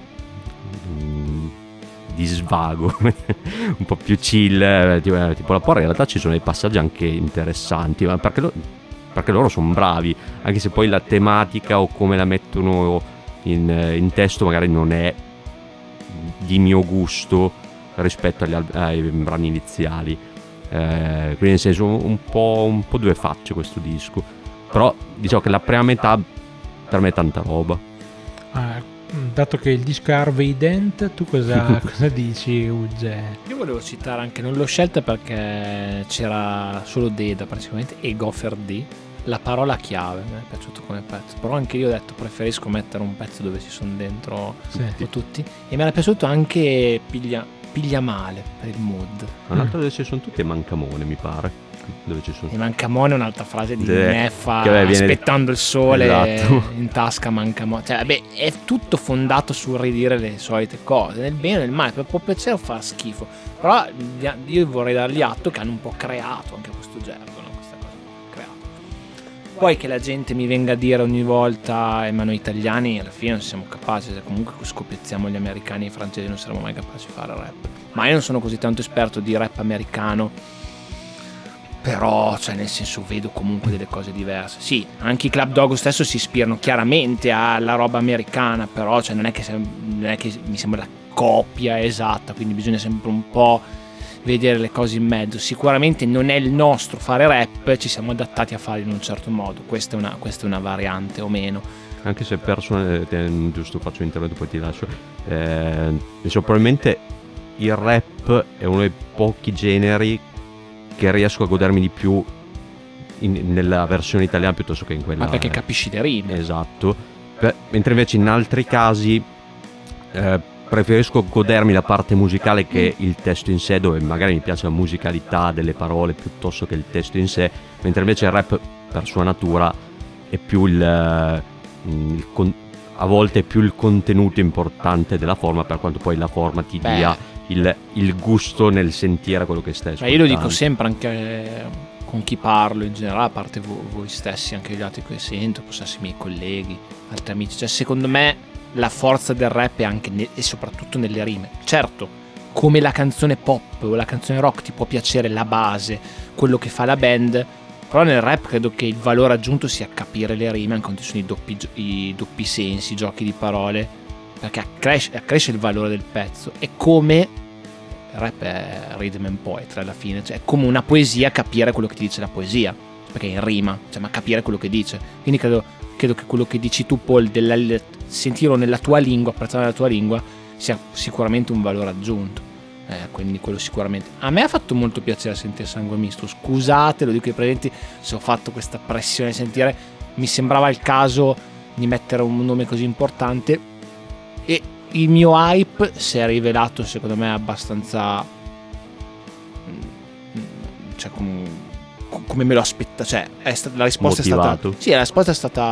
di svago un po' più chill, tipo la porra, in realtà ci sono dei passaggi anche interessanti, ma perché loro sono bravi, anche se poi la tematica o come la mettono in testo magari non è di mio gusto rispetto ai brani iniziali, quindi nel senso un po' due facce questo disco. Però diciamo che la prima metà per me è tanta roba. Dato che il disco è Harvey Dent, tu cosa dici, Ugge? Io volevo citare anche, non l'ho scelta perché c'era solo Deda praticamente e Gopher D, la parola chiave, mi è piaciuto come pezzo, però anche io ho detto preferisco mettere un pezzo dove ci sono dentro tutti, e mi era piaciuto anche Piglia male per il mood. Un altro dove ci sono tutte Mancamone mi pare. Dove ci sono. E Mancamone è un'altra frase di Neffa, viene aspettando il sole, esatto. In tasca Mancamone, cioè vabbè, è tutto fondato sul ridire le solite cose, nel bene e nel male, può piacere o fa schifo, però io vorrei dargli atto che hanno un po' creato anche questo gergo, no? Questa cosa creato. Poi che la gente mi venga a dire ogni volta ma noi italiani alla fine non siamo capaci, comunque scopiazziamo gli americani e i francesi, non saremo mai capaci di fare rap, ma io non sono così tanto esperto di rap americano. Però, cioè, nel senso, vedo comunque delle cose diverse. Sì, anche i Club Dogo stesso si ispirano chiaramente alla roba americana, però cioè, non è che mi sembra la copia esatta, quindi bisogna sempre un po' vedere le cose in mezzo. Sicuramente non è il nostro fare rap, ci siamo adattati a farlo in un certo modo. Questa è una variante o meno. Anche se giusto, faccio un intervento poi ti lascio. Probabilmente il rap è uno dei pochi generi che riesco a godermi di più nella versione italiana piuttosto che in quella. Ma perché capisci le rime. Esatto. Mentre invece in altri casi preferisco godermi la parte musicale che il testo in sé, dove magari mi piace la musicalità delle parole piuttosto che il testo in sé, mentre invece il rap per sua natura è più a volte è più il contenuto importante della forma, per quanto poi la forma ti dia il gusto nel sentire quello che stai ascoltando. Io lo dico sempre anche con chi parlo in generale, a parte voi stessi, anche gli altri che sento, possono essere i miei colleghi, altri amici. Cioè, secondo me la forza del rap è anche e soprattutto nelle rime. Certo, come la canzone pop o la canzone rock ti può piacere la base, quello che fa la band, però nel rap credo che il valore aggiunto sia capire le rime, anche quando ci sono i doppi sensi, i giochi di parole, perché accresce il valore del pezzo. È come il rap è rhythm and poetry alla fine, cioè è come una poesia capire quello che ti dice la poesia, perché è in rima, cioè, ma capire quello che dice. Quindi credo che quello che dici tu, Paul, sentirlo nella tua lingua, apprezzare nella tua lingua, sia sicuramente un valore aggiunto. Quindi quello sicuramente. A me ha fatto molto piacere sentire Sangue Misto. Scusate, lo dico ai presenti se ho fatto questa pressione a sentire. Mi sembrava il caso di mettere un nome così importante e il mio hype si è rivelato secondo me abbastanza, cioè come me lo aspetta, cioè la risposta motivato. è stata, sì, la risposta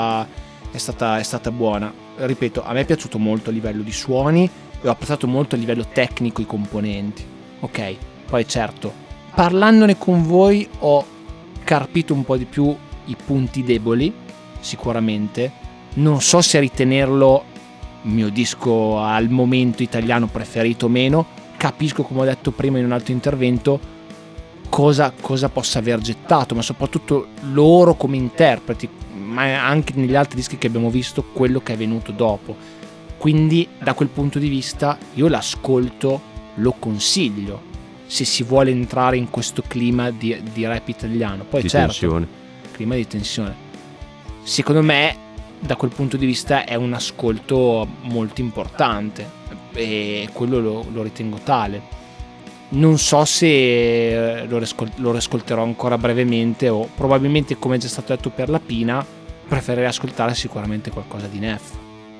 è stata buona. Ripeto, a me è piaciuto molto a livello di suoni e ho apprezzato molto a livello tecnico i componenti. Ok, poi certo, parlandone con voi ho carpito un po' di più i punti deboli, sicuramente. Non so se ritenerlo il mio disco al momento italiano preferito o meno. Capisco, come ho detto prima in un altro intervento, cosa possa aver gettato, ma soprattutto loro come interpreti, ma anche negli altri dischi che abbiamo visto, quello che è venuto dopo. Quindi da quel punto di vista io l'ascolto, lo consiglio se si vuole entrare in questo clima di rap italiano. Poi di certo, tensione. Clima di tensione. Secondo me da quel punto di vista è un ascolto molto importante e quello lo ritengo tale. Non so se lo ascolterò ancora brevemente, o probabilmente, come è già stato detto per la Pina, preferirei ascoltare sicuramente qualcosa di Neff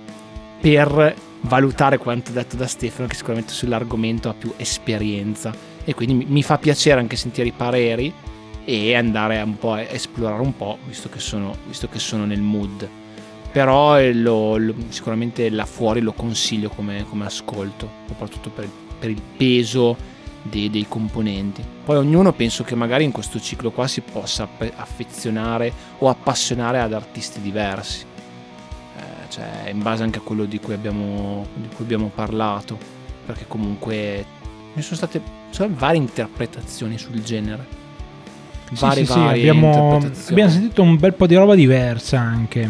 per valutare quanto detto da Stefano, che sicuramente sull'argomento ha più esperienza, e quindi mi fa piacere anche sentire i pareri e andare un po' a esplorare un po', visto che sono nel mood. Però sicuramente là fuori lo consiglio come ascolto, soprattutto per il peso dei componenti. Poi ognuno, penso che magari in questo ciclo qua si possa affezionare o appassionare ad artisti diversi, cioè in base anche a quello di cui abbiamo parlato, perché comunque ci sono state varie interpretazioni sul genere. Abbiamo sentito un bel po' di roba diversa anche,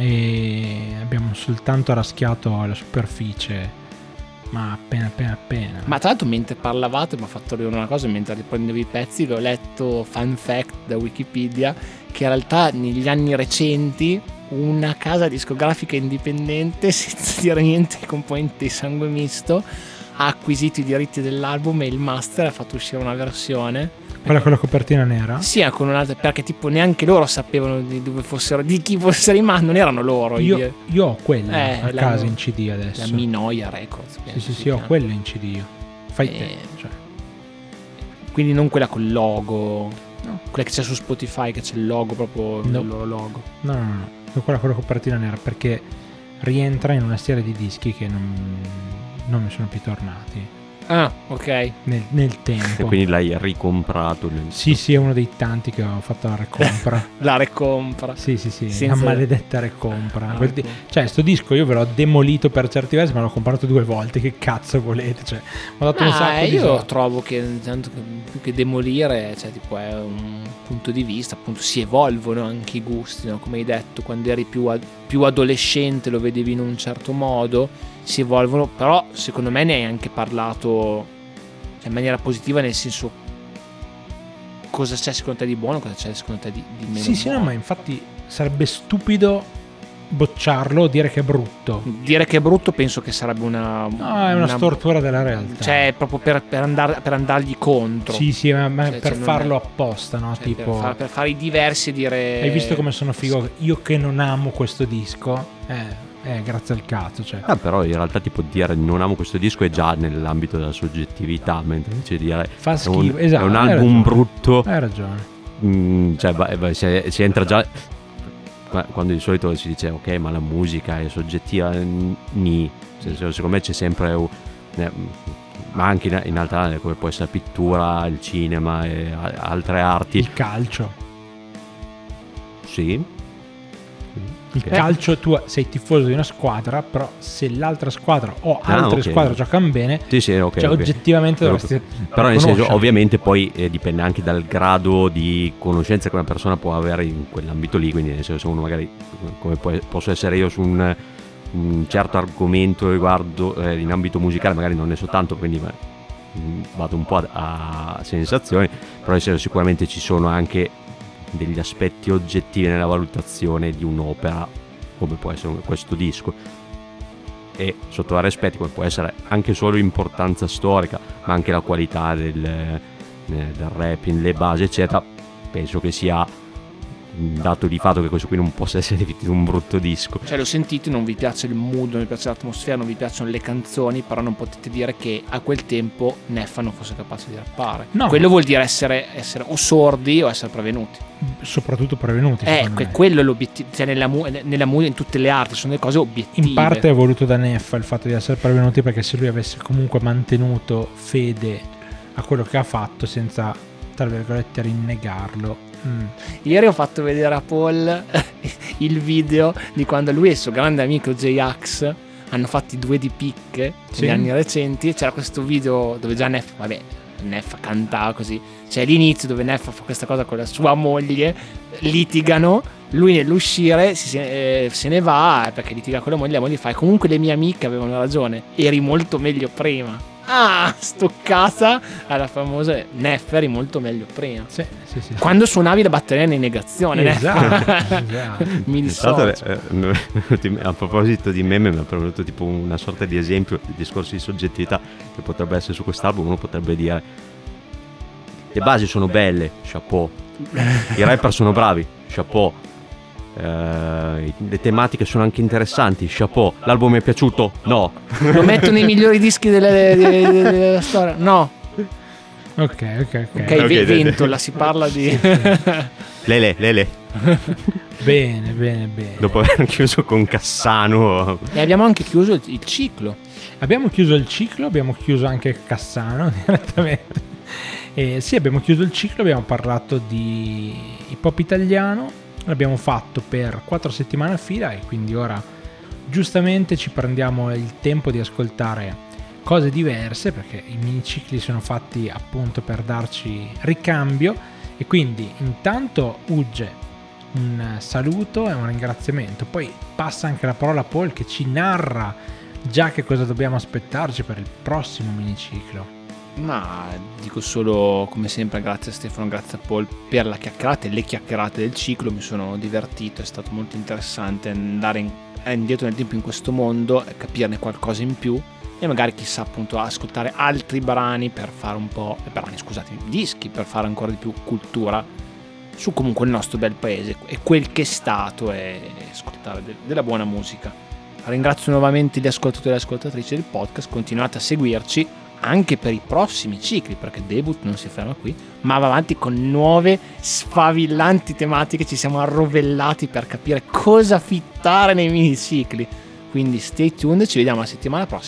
e abbiamo soltanto raschiato la superficie, ma appena. Ma tra l'altro, mentre parlavate mi ha fatto ridere una cosa, mentre riprendevo i pezzi l'ho letto, fun fact da Wikipedia, che in realtà negli anni recenti una casa discografica indipendente, senza dire niente ai componenti di Sangue Misto, ha acquisito i diritti dell'album e il master, ha fatto uscire una versione, quella con la copertina nera? Sì, con un'altra, perché tipo neanche loro sapevano di chi fosse rimasto, non erano loro. Io ho quella a casa in CD adesso. La Minoia Records. Sì, ho quella in CD io. Fai te. Cioè. Quindi non quella col logo, no. Quella che c'è su Spotify, che c'è il logo proprio, il loro logo. No. Quella con la copertina nera, perché rientra in una serie di dischi che non mi sono più tornati. Ah, ok. nel tempo. E quindi l'hai ricomprato. Sì, è uno dei tanti che ho fatto la recompra. La recompra. Sì, Senza- la maledetta recompra. Ah, Quel cioè, sto disco io ve l'ho demolito per certi versi, ma l'ho comprato 2 volte. Che cazzo volete? Cioè, ho dato un sacco di io soldi. trovo che tanto più che demolire, cioè, tipo, è un punto di vista, appunto, si evolvono anche i gusti, no? Come hai detto, quando eri più adolescente lo vedevi in un certo modo, si evolvono, però secondo me ne hai anche parlato in maniera positiva, nel senso, cosa c'è secondo te di buono, cosa c'è secondo te di meno Sì, no, buono. ma infatti sarebbe stupido bocciarlo o dire che è brutto. Dire che è brutto penso che sarebbe una No, è una stortura della realtà. cioè proprio per andargli contro. Sì, ma Cioè, per non farlo è- apposta, no? Cioè, Tipo, per fare i diversi e dire hai visto come sono figo? Io che non amo questo disco, grazie al cazzo, cioè. Però in realtà tipo dire non amo questo disco è già nell'ambito della soggettività, mentre invece dire Fa è schifo, un, esatto, è un hai album ragione. brutto, Hai ragione. cioè si entra già quando di solito si dice ok, ma la musica è soggettiva, secondo me c'è sempre ma anche in altre aree come può essere la pittura, il cinema e altre arti. Il calcio. Sì. Il Ok. calcio, tu sei tifoso di una squadra, però se l'altra squadra o altre ok. squadre giocano bene, Sì, ok. cioè ok. oggettivamente dovresti Però nel senso conoscerlo. ovviamente poi dipende anche dal grado di conoscenza che una persona può avere in quell'ambito lì, quindi nel senso uno magari come posso essere io su un certo argomento riguardo in ambito musicale magari non ne so tanto, quindi vado un po' a sensazioni, però nel senso sicuramente ci sono anche degli aspetti oggettivi nella valutazione di un'opera come può essere questo disco, e sotto vari aspetti come può essere anche solo l'importanza storica ma anche la qualità del rapping, le basi eccetera. Penso che sia un dato di fatto che questo qui non possa essere definito un brutto disco. Cioè lo sentite, non vi piace il mood, non vi piace l'atmosfera, non vi piacciono le canzoni, però non potete dire che a quel tempo Neffa non fosse capace di rappare. No. Quello vuol dire essere o sordi o essere prevenuti. Soprattutto prevenuti, secondo me. Quello è l'obiettivo, cioè nella musica, in tutte le arti sono delle cose obiettive. In parte è voluto da Neffa il fatto di essere prevenuti, perché se lui avesse comunque mantenuto fede a quello che ha fatto senza, tra virgolette, rinnegarlo. Ieri ho fatto vedere a Paul il video di quando lui e il suo grande amico J-Ax hanno fatto i 2 di picche Sì. negli anni recenti. C'era questo video dove già Neffa cantava così, c'è l'inizio dove Neffa fa questa cosa con la sua moglie, litigano, lui nell'uscire se ne va perché litiga con la moglie fa comunque le mie amiche avevano ragione, eri molto meglio prima. Stoccata alla famosa Neffa, eri molto meglio prima. Sì. Quando suonavi la batteria in negazione, Esatto. mi Tra dissocio. l'altro, a proposito di meme mi è venuto tipo una sorta di esempio di discorso di soggettività che potrebbe essere su quest'album. Uno potrebbe dire le basi sono belle, chapeau, i rapper sono bravi, chapeau, le tematiche sono anche interessanti, chapeau, l'album mi è piaciuto? No. Lo metto nei migliori dischi della storia? No. Ok. Ventola, si parla di Lele. Bene. Dopo aver chiuso con Cassano. E abbiamo anche chiuso il ciclo. Abbiamo chiuso il ciclo, abbiamo chiuso anche Cassano direttamente. Sì, abbiamo chiuso il ciclo, abbiamo parlato di hip hop italiano, l'abbiamo fatto per 4 settimane a fila e quindi ora giustamente ci prendiamo il tempo di ascoltare cose diverse, perché i minicicli sono fatti appunto per darci ricambio. E quindi intanto Ugge, un saluto e un ringraziamento, poi passa anche la parola a Paul che ci narra già che cosa dobbiamo aspettarci per il prossimo miniciclo. Ma dico solo, come sempre, grazie a Stefano, grazie a Paul per la chiacchierata e le chiacchierate del ciclo. Mi sono divertito, è stato molto interessante andare indietro nel tempo in questo mondo e capirne qualcosa in più, e magari chissà appunto ascoltare altri brani per fare un po' dischi per fare ancora di più cultura su comunque il nostro bel paese e quel che è stato, e ascoltare della buona musica. Ringrazio nuovamente gli ascoltatori e le ascoltatrici del podcast, continuate a seguirci anche per i prossimi cicli, perché Debut non si ferma qui, ma va avanti con nuove sfavillanti tematiche. Ci siamo arrovellati per capire cosa fittare nei minicicli, quindi stay tuned, ci vediamo la settimana prossima.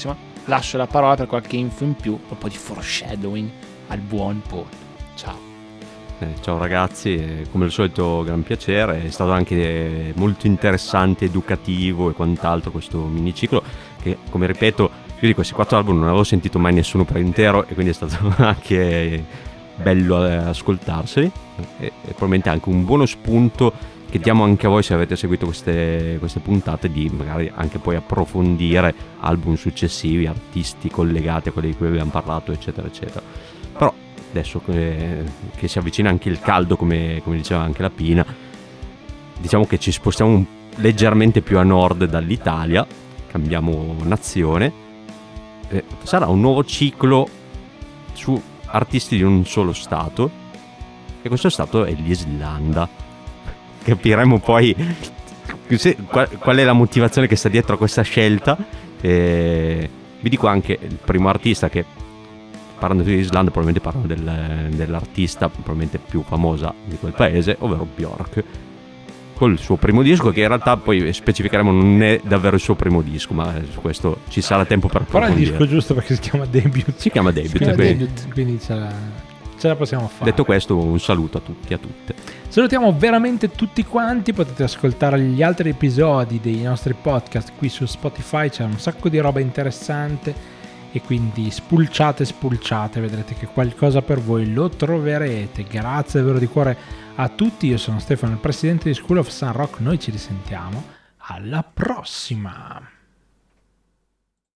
lascio la parola per qualche info in più, un po' di foreshadowing al buon Paul. Ciao. Ciao ragazzi, come al solito gran piacere, è stato anche molto interessante, educativo e quant'altro questo miniciclo che, come ripeto, io di questi 4 album non avevo sentito mai nessuno per intero e quindi è stato anche bello ascoltarseli e probabilmente anche un buono spunto che diamo anche a voi se avete seguito queste puntate, di magari anche poi approfondire album successivi, artisti collegati a quelli di cui abbiamo parlato, eccetera eccetera. Però adesso che si avvicina anche il caldo, come diceva anche la Pina, diciamo che ci spostiamo leggermente più a nord dall'Italia, cambiamo nazione, sarà un nuovo ciclo su artisti di un solo stato, e questo stato è l'Islanda. Capiremo poi qual è la motivazione che sta dietro a questa scelta. Vi dico anche il primo artista che, parlando di Islanda, probabilmente parlano dell'artista probabilmente più famosa di quel paese, ovvero Björk, col suo primo disco, che in realtà poi specificheremo non è davvero il suo primo disco, ma su questo ci sarà tempo per approfondire. Però è il disco giusto perché si chiama Debut. Si chiama Debut, quindi ce la possiamo fare. Detto questo, un saluto a tutti e a tutte. Salutiamo veramente tutti quanti. Potete ascoltare gli altri episodi dei nostri podcast qui su Spotify, c'è un sacco di roba interessante e quindi spulciate, vedrete che qualcosa per voi lo troverete. Grazie davvero di cuore a tutti. Io sono Stefano, il presidente di School of Sun Rock. Noi ci risentiamo alla prossima.